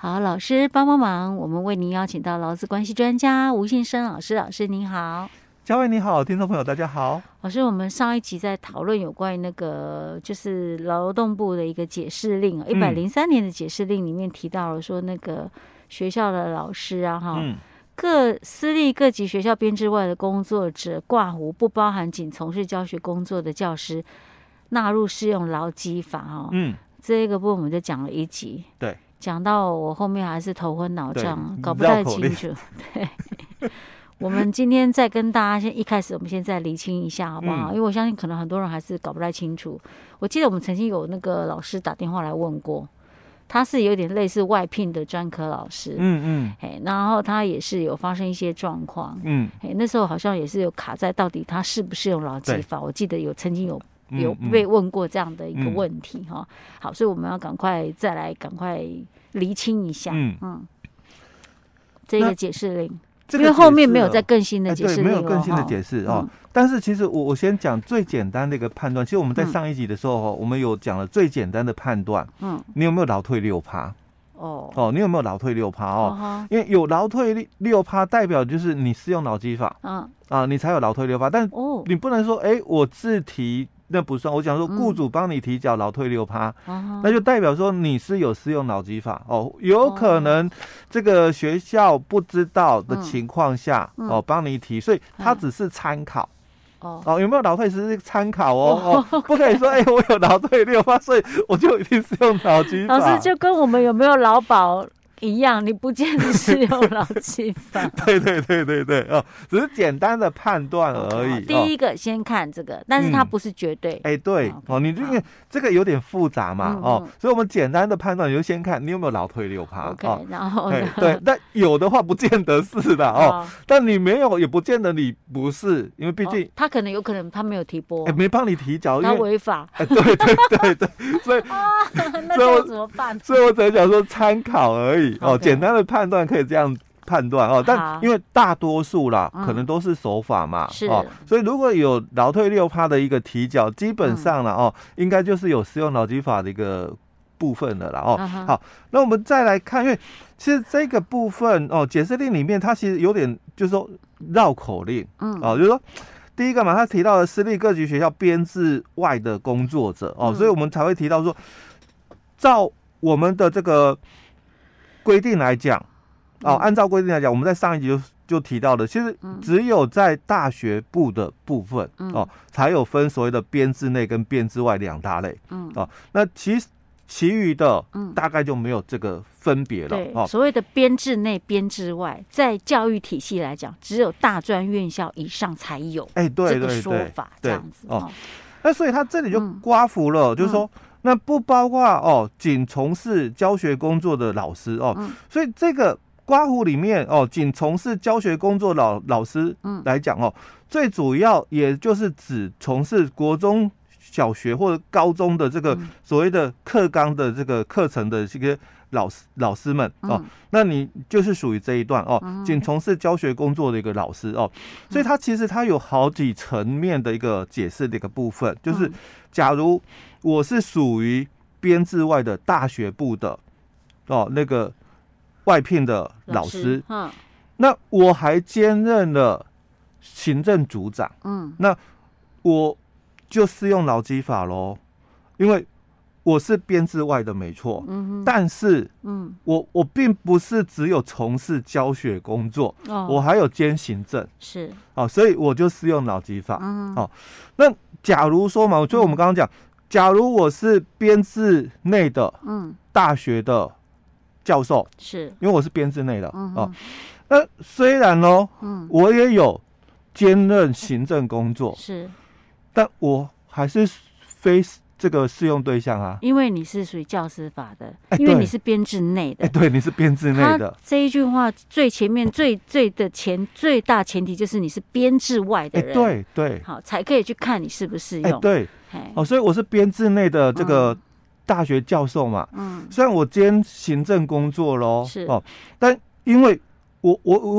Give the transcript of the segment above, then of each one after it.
好，老师帮帮忙，我们为您邀请到劳资关系专家吴信生老师。老师您好。 嘉惠你好，听众朋友大家好。 老师，我们上一集在讨论有关于那个就是劳动部的一个解释令，103年的解释令里面提到了说，那个学校的老师啊，各私立各级学校编制外的工作者挂弧不包含仅从事教学工作的教师，纳入适用劳基法这个部分我们就讲了一集， 对， 讲到我后面还是头昏脑胀，搞不太清楚，对。我们今天再跟大家一开始我们先再厘清一下好不好？因为我相信可能很多人还是搞不太清楚。我记得我们曾经有那个老师打电话来问过，他是有点类似外聘的专科老师，然后他也是有发生一些状况，那时候好像也是有卡在到底他适不适用劳基法，我记得曾经有被问过这样的一个问题哈。好，所以我们要赶快厘清一下，这个解释令。因为后面没有再更新的解释令， 对，没有更新的解释但是其实我先讲最简单的一个判断。其实我们在上一集的时候，我们有讲了最简单的判断。你有没有劳退6%？你有没有劳退6%？因为有劳退6%，代表就是你适用劳基法，你才有劳退6%。但你不能说，我自提。那不算，我讲说雇主帮你提缴劳退6%，那就代表说你是有适用劳基法有可能这个学校不知道的情况下帮你提，所以它只是参考有没有劳退是参考不可以说我有劳退6%，所以我就一定适用劳基法。 老师就跟我们有没有劳保一样，你不见得适用劳基法。 对只是简单的判断而已。 第一个先看这个，但是它不是绝对。 对你因为这个有点复杂嘛所以我们简单的判断，你就先看你有没有劳退6%。 OK， 然后呢？ 对，但有的话不见得是的但你没有也不见得你不是，因为毕竟他有可能他没有提拨， 没帮你提缴， 他违法。 对，所以那这样怎么办？ 所以我只能讲说参考而已。简单的判断可以这样判断但因为大多数啦，可能都是守法嘛所以如果有劳退6%的一个提缴，基本上啦应该就是有适用劳基法的一个部分的啦好，那我们再来看，因为其实这个部分解释令里面它其实有点就是说绕口令就是说第一个嘛，他提到了私立各级学校编制外的工作者所以我们才会提到说，照我们的这个规定来讲按照规定来讲，我们在上一集就提到的，其实只有在大学部的部分才有分所谓的编制内跟编制外2大类那其余的大概就没有这个分别了。 对，所谓的编制内编制外，在教育体系来讲，只有大专院校以上才有这个说法，这样子那所以他这里就刮胡了，就是说那不包括仅从事教学工作的老师所以这个刮胡里面仅从事教学工作老师来讲最主要也就是指从事国中小学或者高中的这个所谓的课纲的这个课程的这个老师们那你就是属于这一段仅从事教学工作的一个老师所以它其实它有好几层面的一个解释的一个部分，就是假如我是属于编制外的大学部的那个外聘的老师那我还兼任了行政组长那我就适用劳基法咯，因为我是编制外的没错但是我并不是只有从事教学工作我还有兼行政是所以我就适用劳基法那假如说嘛，就我们刚刚讲假如我是编制内的大学的教授是因为我是编制内的那虽然我也有兼任行政工作是但我还是非这个适用对象因为你是属于教师法的因为你是编制内的对，你是编制内的。 这一句话最前面最大前提就是你是编制外的人对好才可以去看你适不适用对所以我是编制内的这个大学教授嘛虽然我兼行政工作咯是但因为我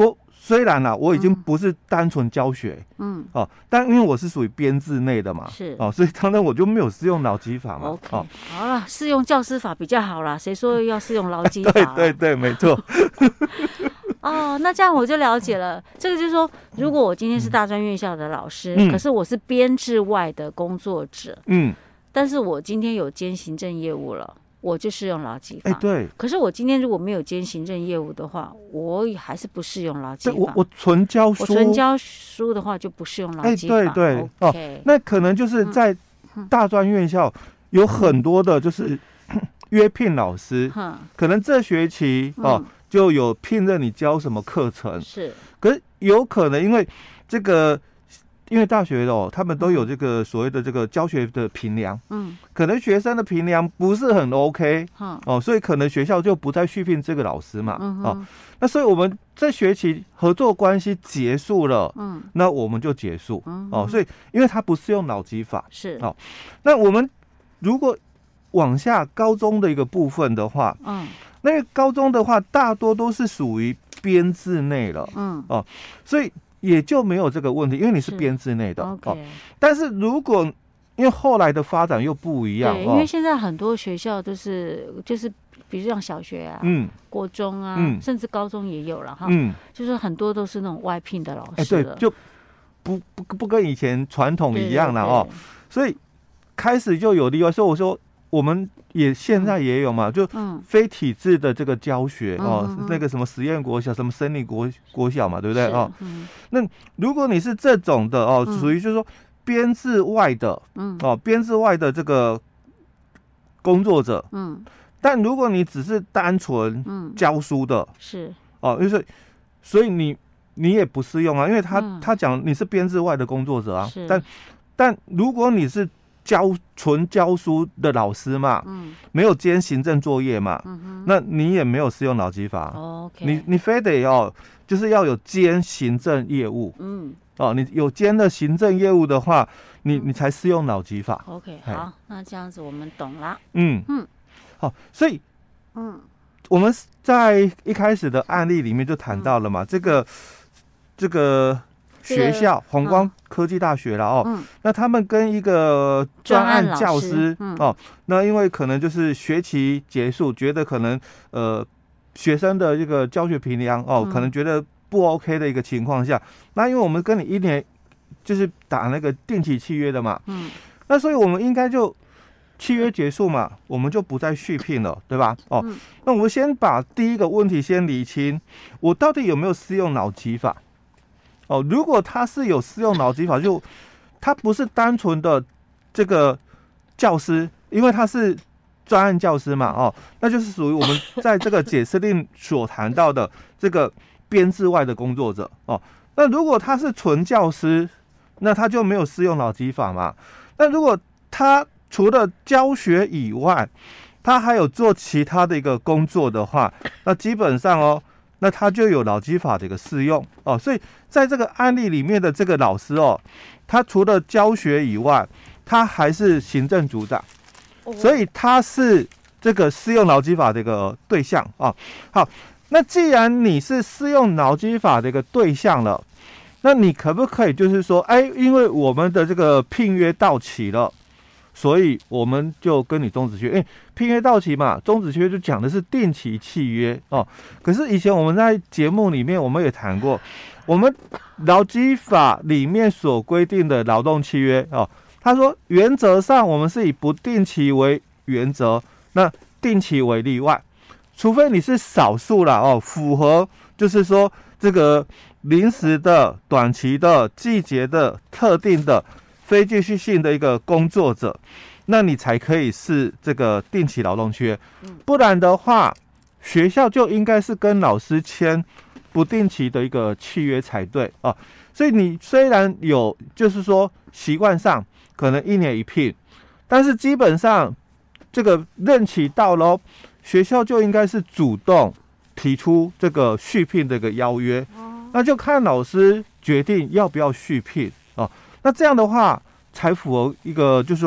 虽然啦，我已经不是单纯教学，但因为我是属于编制内的嘛， 是所以当然我就没有适用劳基法嘛。 OK，好了，适用教师法比较好啦，谁说要适用劳基法？ 对，没错。 那这样我就了解了。这个就是说，如果我今天是大专院校的老师，可是我是编制外的工作者，但是我今天有兼行政业务了，我就适用劳基法。 对。 可是我今天如果没有兼行政业务的话，我也还是不适用劳基法。 我纯教书， 我纯教书的话就不适用劳基法。 对。 OK， 那可能就是在大专院校有很多的就是约聘老师，可能这学期就有聘任你教什么课程， 是。 可是有可能因为这个。因为大学他们都有这个所谓的这个教学的评量，可能学生的评量不是很 OK，所以可能学校就不再续聘这个老师嘛，那所以我们这学期合作关系结束了，那我们就结束，所以因为它不适用劳基法， 是， 那我们如果往下高中的一个部分的话，那个高中的话大多都是属于编制内了，所以。也就没有这个问题，因为你是编制内的。 OK， 但是如果因为后来的发展又不一样， 对，因为现在很多学校都是就是比如像小学啊、国中啊，甚至高中也有了哈，就是很多都是那种外聘的老师了， 对，就不跟以前传统一样了所以开始就有例外，所以我说。我们现在也有嘛，就非体制的这个教学那个什么实验国小、什么森林国小嘛，对不对那如果你是这种的属于就是说编制外的编制外的这个工作者但如果你只是单纯教书的是就是所以你也不适用啊，因为他讲你是编制外的工作者啊，但如果你是纯教书的老师嘛，没有兼行政作业嘛，那你也没有适用劳基法。你非得就是要有兼行政业务，你有兼的行政业务的话，你才适用劳基法。 OK， 好，那这样子我们懂了。 好，所以我们在一开始的案例里面就谈到了嘛，这个。学校弘光科技大学了那他们跟一个专案教师那因为可能就是学期结束，觉得可能学生的这个教学评量可能觉得不 OK 的一个情况下，那因为我们跟你1年就是打那个定期契约的嘛，那所以我们应该就契约结束嘛，我们就不再续聘了，对吧？那我们先把第一个问题先厘清，我到底有没有适用劳基法？如果他是有适用劳基法，就他不是单纯的这个教师，因为他是专案教师嘛，那就是属于我们在这个解释令所谈到的这个编制外的工作者那如果他是纯教师，那他就没有适用劳基法嘛。那如果他除了教学以外，他还有做其他的一个工作的话，那基本上那他就有劳基法的一个适用所以在这个案例里面的这个老师他除了教学以外，他还是行政组长，所以他是这个适用劳基法的一个对象好，那既然你是适用劳基法的一个对象了，那你可不可以就是说，因为我们的这个聘约到期了，所以我们就跟你终止契约，聘约到期嘛，终止契约就讲的是定期契约可是以前我们在节目里面我们也谈过，我们劳基法里面所规定的劳动契约他说原则上我们是以不定期为原则，那定期为例外，除非你是少数啦符合就是说这个临时的、短期的、季节的、特定的。非继续性的一个工作者，那你才可以是这个定期劳动契约，不然的话，学校就应该是跟老师签不定期的一个契约才对所以你虽然有就是说习惯上可能1年1聘，但是基本上这个任期到了学校就应该是主动提出这个续聘的一个邀约，那就看老师决定要不要续聘那这样的话才符合一个就是说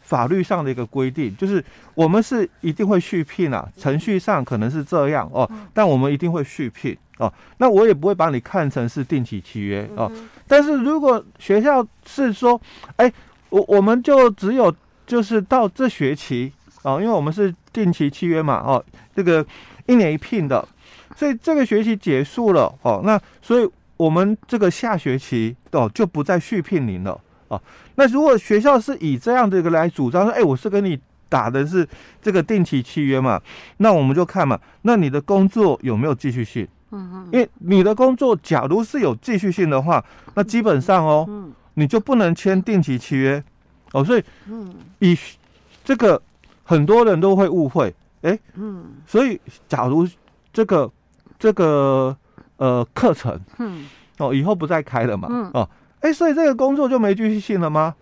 法律上的一个规定，就是我们是一定会续聘啊，程序上可能是这样哦，但我们一定会续聘哦。那我也不会把你看成是定期契约哦。但是如果学校是说，我们就只有就是到这学期哦，因为我们是定期契约嘛哦，这个1年1聘的，所以这个学期结束了哦，那所以我们这个下学期哦就不再续聘您了。哦，那如果学校是以这样的一个来主张说，我是跟你打的是这个定期契约嘛，那我们就看嘛，那你的工作有没有继续性？因为你的工作假如是有继续性的话，那基本上哦，你就不能签定期契约哦，所以以这个很多人都会误会，所以假如这个课程，哦以后不再开了嘛，哦。所以这个工作就没继续性了吗？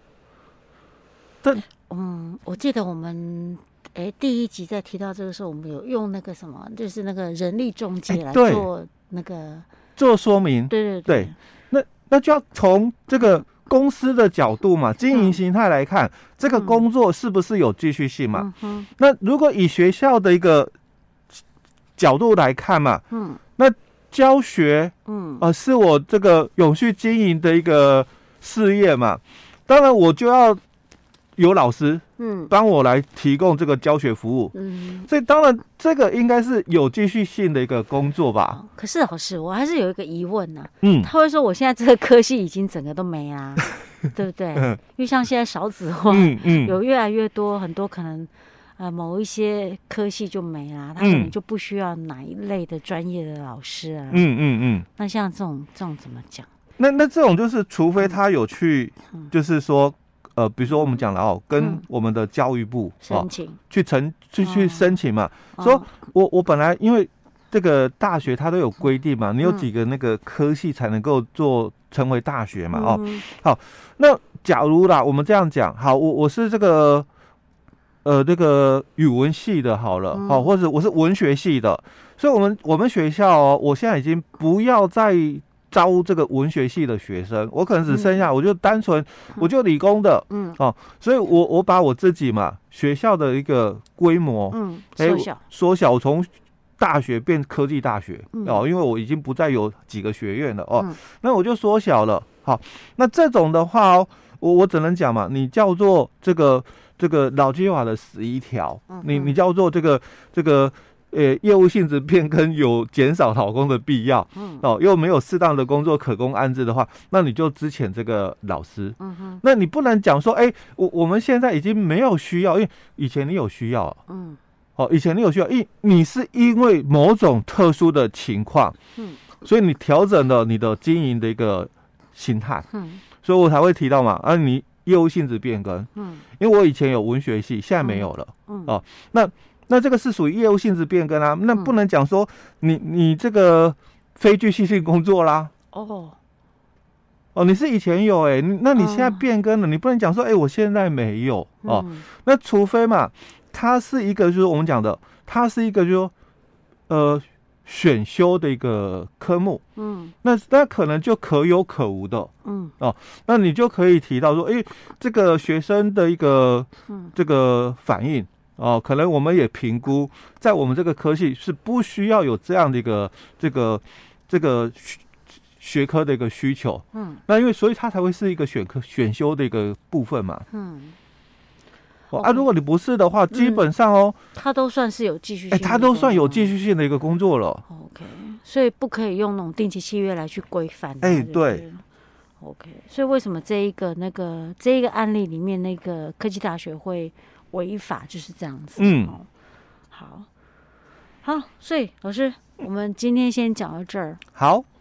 我记得我们第1集在提到这个时候，我们有用那个什么，就是那个人力中介来做那个做说明。 对， 那就要从这个公司的角度嘛，经营形态来看，这个工作是不是有继续性嘛？那如果以学校的一个角度来看嘛，那教学，是我这个永续经营的一个事业嘛。当然，我就要有老师，帮我来提供这个教学服务，所以当然这个应该是有继续性的一个工作吧。 可是老师，我还是有一个疑问呐，他会说我现在这个科系已经整个都没啦，对不对？因为像现在少子化，有越来越多很多可能。某一些科系就没啦，他可能就不需要哪一类的专业的老师啊。那像这种怎么讲？ 那这种就是，除非他有去，就是说，比如说我们讲了哦，跟我们的教育部申请去申请嘛，说我本来因为这个大学它都有规定嘛，你有几个那个科系才能够成为大学嘛？好，那假如啦，我们这样讲，好，我是这个。这个语文系的好了，或者我是文学系的，所以我们学校哦，我现在已经不要再招这个文学系的学生，我可能只剩下我就单纯我就理工的，所以我把我自己嘛学校的一个规模，缩小，从大学变科技大学哦，因为我已经不再有几个学院了哦，那我就缩小了。好，那这种的话哦，我只能讲嘛，你叫做这个劳基法的11条，你叫做这个业务性质变更有减少劳工的必要，又没有适当的工作可供安置的话，那你就资遣这个老师，那你不能讲说，我们现在已经没有需要，因为以前你有需要，以前你有需要，你是因为某种特殊的情况，所以你调整了你的经营的一个心态，所以我才会提到嘛，你业务性质变更，因为我以前有文学系，现在没有了，那这个是属于业务性质变更啊，那不能讲说你这个非继续性工作啦，你是以前有那你现在变更了，你不能讲说我现在没有那除非嘛，它是一个就是我们讲的，它是一个就是说选修的一个科目，那可能就可有可无的，那你就可以提到说，这个学生的一个这个反应，可能我们也评估，在我们这个科系是不需要有这样的一个这个学科的一个需求，那因为所以它才会是一个选修的一个部分嘛，如果你不是的话，基本上它都算是有继续性， 它都算有继续性的一个工作了。 OK， 所以不可以用那种定期契约来去规范。 对。 OK， 所以为什么这一个案例里面那个科技大学会违法，就是这样子。好，所以老师，我们今天先讲到这儿。 好。